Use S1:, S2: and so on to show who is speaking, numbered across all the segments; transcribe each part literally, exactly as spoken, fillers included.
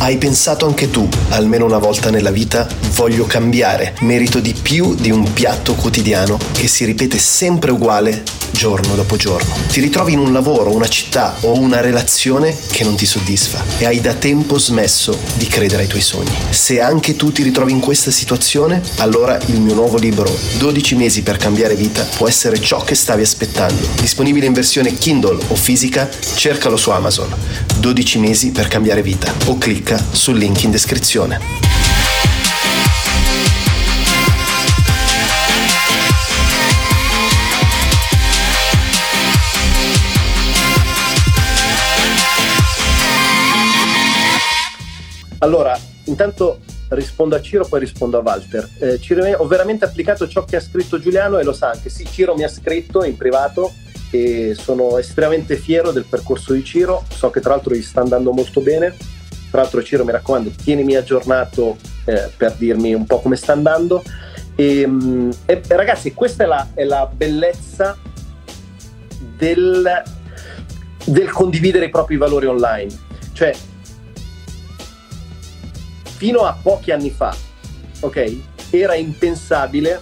S1: Hai pensato anche tu, almeno una volta nella vita, voglio cambiare, merito di più di un piatto quotidiano che si ripete sempre uguale giorno dopo giorno. Ti ritrovi in un lavoro, una città o una relazione che non ti soddisfa e hai da tempo smesso di credere ai tuoi sogni. Se anche tu ti ritrovi in questa situazione, allora il mio nuovo libro dodici mesi per cambiare vita può essere ciò che stavi aspettando. Disponibile in versione Kindle o fisica, cercalo su Amazon. dodici mesi per cambiare vita o clicca sul link in descrizione.
S2: Allora, intanto rispondo a Ciro, poi rispondo a Walter. Eh, Ciro, ho veramente applicato ciò che ha scritto Giuliano e lo sa anche. Sì, Ciro mi ha scritto in privato e sono estremamente fiero del percorso di Ciro. So che tra l'altro gli sta andando molto bene. Tra l'altro, Ciro, mi raccomando, tienimi aggiornato eh, per dirmi un po' come sta andando. E, e ragazzi, questa è la, è la bellezza del, del condividere i propri valori online. Cioè, fino a pochi anni fa, ok, era impensabile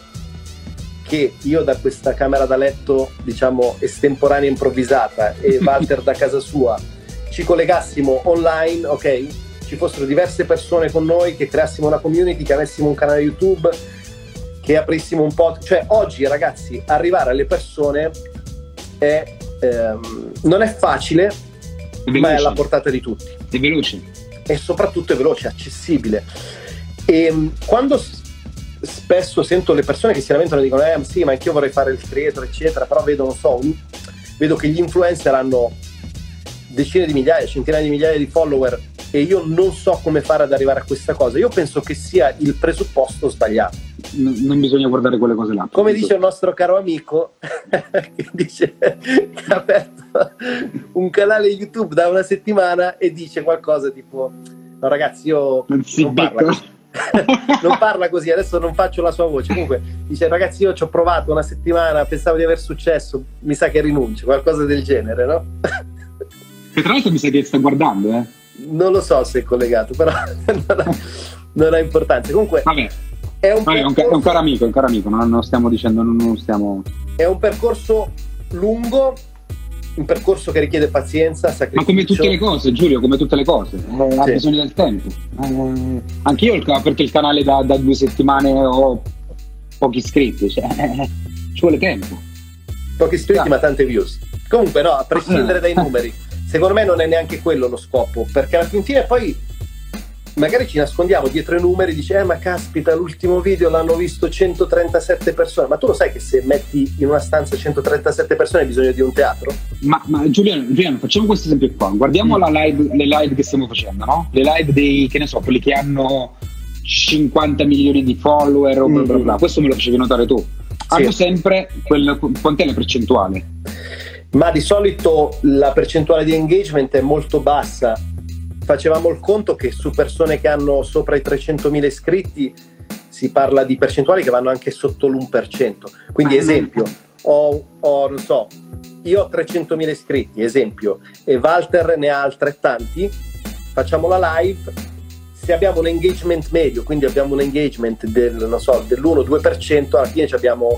S2: che io da questa camera da letto, diciamo, estemporanea improvvisata e Walter da casa sua ci collegassimo online, ok, ci fossero diverse persone con noi, che creassimo una community, che avessimo un canale YouTube, che aprissimo un po'. Cioè, oggi, ragazzi, arrivare alle persone è, ehm, non è facile,
S3: è
S2: ma è alla portata di tutti.
S3: È veloce.
S2: E soprattutto è veloce, accessibile. E quando s- spesso sento le persone che si lamentano e dicono eh sì, ma anch'io vorrei fare il creator eccetera, però vedo, non so, un, vedo che gli influencer hanno decine di migliaia, centinaia di migliaia di follower e io non so come fare ad arrivare a questa cosa. Io penso che sia il presupposto sbagliato.
S3: N- non bisogna guardare quelle cose là.
S2: Come dice il nostro caro amico che dice che ha aperto un canale YouTube da una settimana e dice qualcosa tipo no ragazzi, io
S3: non,
S2: non parla così. Non parla così, adesso non faccio la sua voce. Comunque dice ragazzi, io ci ho provato una settimana, pensavo di aver successo, mi sa che rinuncio, qualcosa del genere, no?
S3: Che tra l'altro mi sa che sta guardando, eh
S2: non lo so se è collegato, però non ha, non ha importanza. Comunque
S3: vabbè,
S2: è un,
S3: vabbè, percorso, è un caro amico, è un caro amico, non, non stiamo dicendo, non, non stiamo.
S2: È un percorso lungo, un percorso che richiede pazienza, sacrificio.
S3: Ma come tutte le cose, Giulio, come tutte le cose, eh, ha
S2: sì.
S3: bisogno del tempo. Eh, anch'io ho aperto il canale da, da due settimane, ho pochi iscritti, cioè, eh, ci vuole tempo.
S2: Pochi iscritti,
S3: ah.
S2: ma tante views. Comunque, no, a prescindere dai numeri, secondo me non è neanche quello lo scopo, perché alla fin fine poi magari ci nascondiamo dietro i numeri, dice eh ma caspita, l'ultimo video l'hanno visto centotrentasette persone, ma tu lo sai che se metti in una stanza centotrentasette persone hai bisogno di un teatro?
S3: Ma, ma Giuliano, Giuliano, facciamo questo esempio qua, guardiamo mm. la live, le live che stiamo facendo, no? Le live dei, che ne so, quelli che hanno cinquanta milioni di follower o bla bla bla, questo me lo facevi notare tu. Hanno sì. sempre quel, quant'è la percentuale?
S2: Ma di solito la percentuale di engagement è molto bassa. Facevamo il conto che su persone che hanno sopra i trecentomila iscritti si parla di percentuali che vanno anche sotto l'uno per cento. Quindi, esempio, ho, ho non so, io ho trecentomila iscritti, esempio, e Walter ne ha altrettanti, facciamo la live, se abbiamo un engagement medio, quindi abbiamo un engagement del, non so, dell'uno due per cento, alla fine abbiamo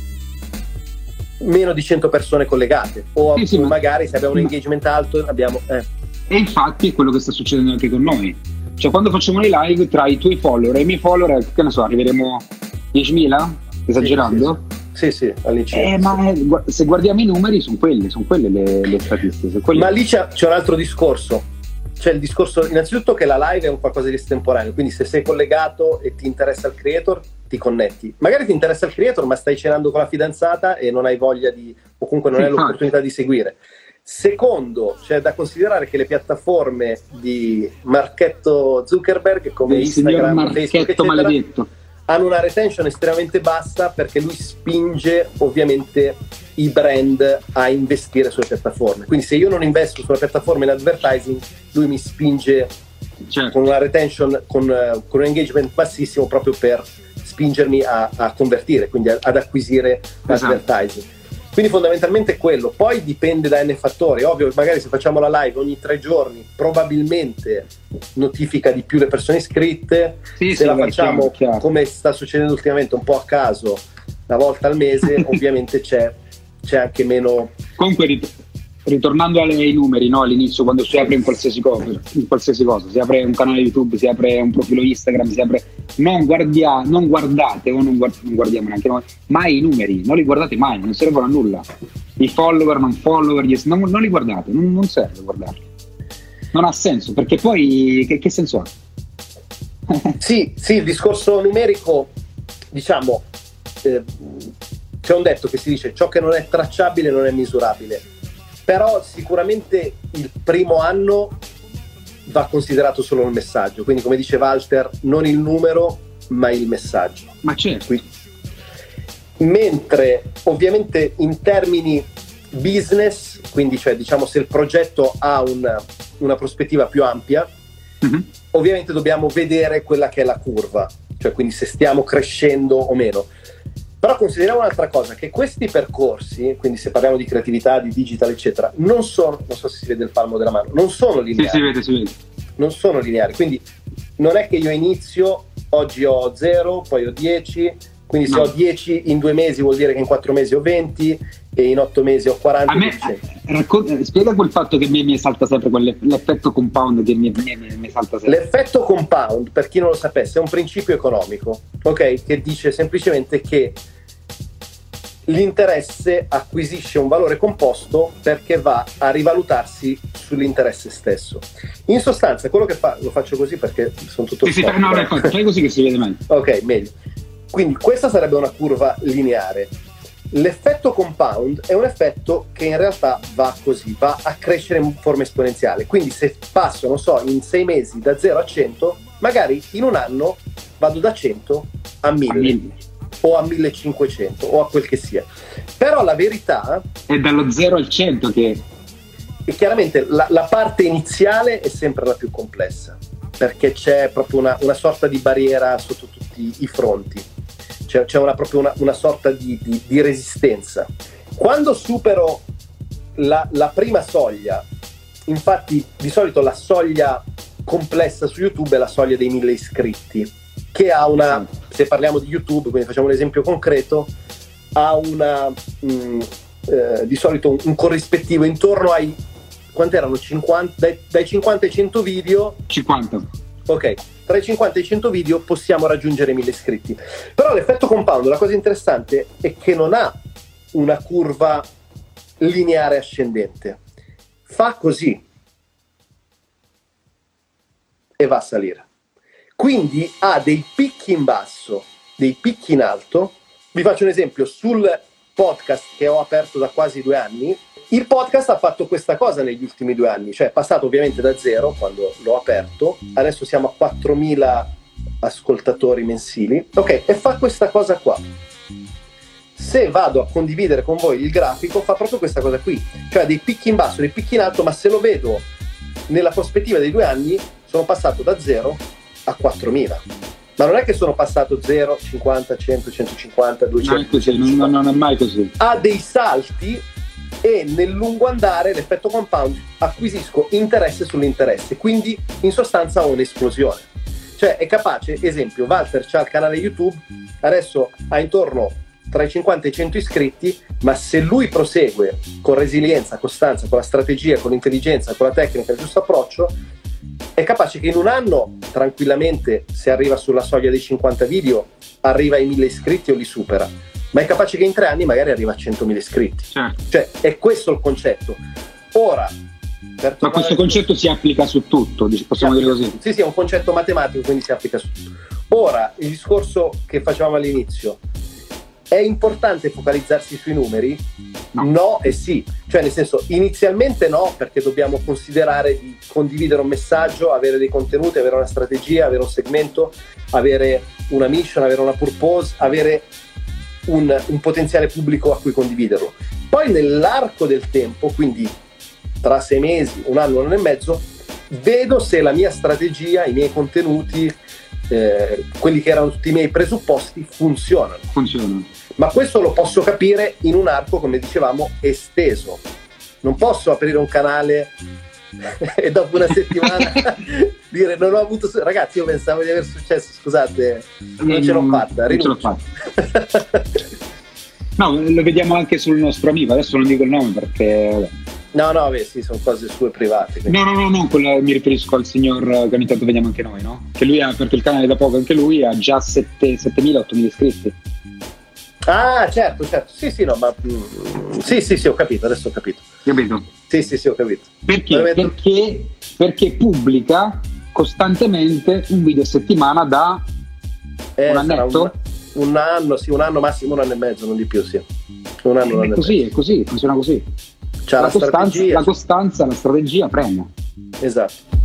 S2: meno di cento persone collegate, o
S3: sì, sì,
S2: magari se abbiamo un engagement alto abbiamo eh.
S3: E infatti è quello che sta succedendo anche con noi, cioè quando facciamo le live tra i tuoi follower e i miei follower, che ne so, arriveremo diecimila, esagerando?
S2: Sì, sì, sì, all'incirca.
S3: Eh, ma se guardiamo i numeri sono quelle, sono quelle le, le statistiche. Quelle.
S2: Ma lì c'è, c'è un altro discorso, c'è il discorso innanzitutto che la live è un qualcosa di estemporaneo, quindi se sei collegato e ti interessa il creator ti connetti, magari ti interessa il creator ma stai cenando con la fidanzata e non hai voglia di, o comunque non hai l'opportunità di seguire. Secondo, c'è da considerare che le piattaforme di Marchetto Zuckerberg come
S3: il
S2: Instagram, Facebook eccetera
S3: maledetto.
S2: hanno una retention estremamente bassa perché lui spinge ovviamente i brand a investire sulle piattaforme, quindi se io non investo sulla piattaforma in advertising lui mi spinge certo. con una retention, con, uh, con un engagement bassissimo proprio per spingermi a, a convertire, quindi a, ad acquisire esatto. advertising. Quindi fondamentalmente è quello, poi dipende da n fattori, ovvio, magari se facciamo la live ogni tre giorni probabilmente notifica di più le persone iscritte,
S3: sì,
S2: se
S3: sì,
S2: la facciamo
S3: chiaro, chiaro.
S2: come sta succedendo ultimamente un po' a caso, una volta al mese, ovviamente c'è, c'è anche meno...
S3: Comunque rit- ritornando ai numeri, no? All'inizio quando si apre in qualsiasi cosa, in qualsiasi cosa, si apre un canale YouTube, si apre un profilo Instagram, si apre... Non, guardia, non guardate o non, guard- non guardiamo neanche noi mai i numeri, non li guardate mai, non servono a nulla. I follower, non follower, gli... non, non li guardate, non, non serve guardarli. Non ha senso, perché poi che, che senso ha?
S2: Sì, sì, il discorso numerico, diciamo, eh, c'è un detto che si dice ciò che non è tracciabile non è misurabile, però sicuramente il primo anno va considerato solo il messaggio, quindi come dice Walter, non il numero ma il messaggio.
S3: Ma certo.
S2: Quindi, mentre ovviamente in termini business, quindi cioè diciamo se il progetto ha una, una prospettiva più ampia,
S3: Mm-hmm.
S2: ovviamente dobbiamo vedere quella che è la curva, cioè quindi se stiamo crescendo o meno. Però consideriamo un'altra cosa, che questi percorsi, quindi se parliamo di creatività, di digital eccetera, non sono, non so se si vede il palmo della mano, non sono lineari.
S3: Sì, si vede, si vede.
S2: Non sono lineari, quindi non è che io inizio, oggi ho zero, poi ho dieci, quindi se
S3: no.
S2: ho dieci in due mesi vuol dire che in quattro mesi ho venti e in otto mesi ho quaranta.
S3: A me, raccon- spiega quel fatto che mi, mi salta sempre, quell'effetto compound che mi, mi, mi salta sempre.
S2: L'effetto compound, per chi non lo sapesse, è un principio economico, ok? Che dice semplicemente che l'interesse acquisisce un valore composto perché va a rivalutarsi sull'interesse stesso. In sostanza, quello che fa, lo faccio così perché sono tutto
S3: sì, sì, no, no, fai così che si vede meglio.
S2: Ok, meglio. Quindi questa sarebbe una curva lineare. L'effetto compound è un effetto che in realtà va così, va a crescere in forma esponenziale. Quindi se passo, non so, in sei mesi da zero a cento, magari in un anno vado da cento a mille o a millecinquecento o a quel che sia. Però la verità
S3: è dallo zero al cento che...
S2: E chiaramente la, la parte iniziale è sempre la più complessa, perché c'è proprio una, una sorta di barriera sotto tutti i fronti. C'è, c'è una, proprio una, una sorta di, di, di resistenza. Quando supero la, la prima soglia, infatti di solito la soglia complessa su YouTube è la soglia dei mille iscritti, che ha una, se parliamo di YouTube, quindi facciamo un esempio concreto, ha una mh, eh, di solito un, un corrispettivo intorno ai, quanti erano? cinquanta, dai, dai cinquanta ai cento video.
S3: cinquanta.
S2: Ok, tra i cinquanta e i cento video possiamo raggiungere mille iscritti. Però l'effetto compound, la cosa interessante è che non ha una curva lineare ascendente. Fa così e va a salire. Quindi ha dei picchi in basso, dei picchi in alto. Vi faccio un esempio, sul podcast che ho aperto da quasi due anni, il podcast ha fatto questa cosa negli ultimi due anni, cioè è passato ovviamente da zero quando l'ho aperto, adesso siamo a quattromila ascoltatori mensili, ok, e fa questa cosa qua. Se vado a condividere con voi il grafico, fa proprio questa cosa qui, cioè dei picchi in basso, dei picchi in alto, ma se lo vedo nella prospettiva dei due anni, sono passato da zero a quattromila. Ma non è che sono passato zero, cinquanta, cento, centocinquanta, duecento.
S3: Non è così, non, non è mai così.
S2: Ha dei salti e nel lungo andare l'effetto compound acquisisco interesse sull'interesse, quindi in sostanza ho un'esplosione. Cioè è capace, esempio, Walter c'ha il canale YouTube, adesso ha intorno tra i cinquanta e i cento iscritti, ma se lui prosegue con resilienza, costanza, con la strategia, con l'intelligenza, con la tecnica, il giusto approccio, è capace che in un anno tranquillamente, se arriva sulla soglia dei cinquanta video, arriva ai mille iscritti o li supera, ma è capace che in tre anni magari arriva a centomila iscritti.
S3: Certo.
S2: Cioè è questo il concetto. Ora, per
S3: ma questo concetto si applica su tutto, possiamo dire così?
S2: Sì, sì, è un concetto matematico, quindi si applica su tutto. Ora, il discorso che facevamo all'inizio, è importante focalizzarsi sui numeri?
S3: No.
S2: No e sì, cioè nel senso inizialmente no, perché dobbiamo considerare di condividere un messaggio, avere dei contenuti, avere una strategia, avere un segmento, avere una mission, avere una purpose, avere un, un potenziale pubblico a cui condividerlo. Poi nell'arco del tempo, quindi tra sei mesi, un anno, un anno e mezzo, vedo se la mia strategia, i miei contenuti, eh, quelli che erano tutti i miei presupposti funzionano.
S3: Funzionano.
S2: Ma questo lo posso capire in un arco, come dicevamo, esteso. Non posso aprire un canale e dopo una settimana dire non ho avuto su- ragazzi, io pensavo di aver successo, scusate, non ce l'ho fatta,
S3: non ce l'ho fatta. No, lo vediamo anche sul nostro amico, adesso non dico il nome perché
S2: no no beh sì, sono cose sue private, quindi...
S3: no no no no quello, mi riferisco al signor che ogni tanto vediamo anche noi, no? Che lui ha aperto il canale da poco, anche lui ha già settemila ottomila iscritti.
S2: Ah, certo, certo, sì, sì, no, ma mm, sì, sì, sì, ho capito, adesso ho capito.
S3: Capito?
S2: Sì, sì, sì, ho capito.
S3: Perché?
S2: Veramente...
S3: Perché, perché pubblica costantemente un video a settimana da
S2: eh,
S3: un annetto?
S2: Un, un anno, sì, un anno, massimo un anno e mezzo, non di più, sì. Un anno, un anno
S3: è così,
S2: e mezzo.
S3: È così, funziona così.
S2: C'ha
S3: la,
S2: la
S3: costanza,
S2: strategia.
S3: la costanza, la strategia premia.
S2: Esatto.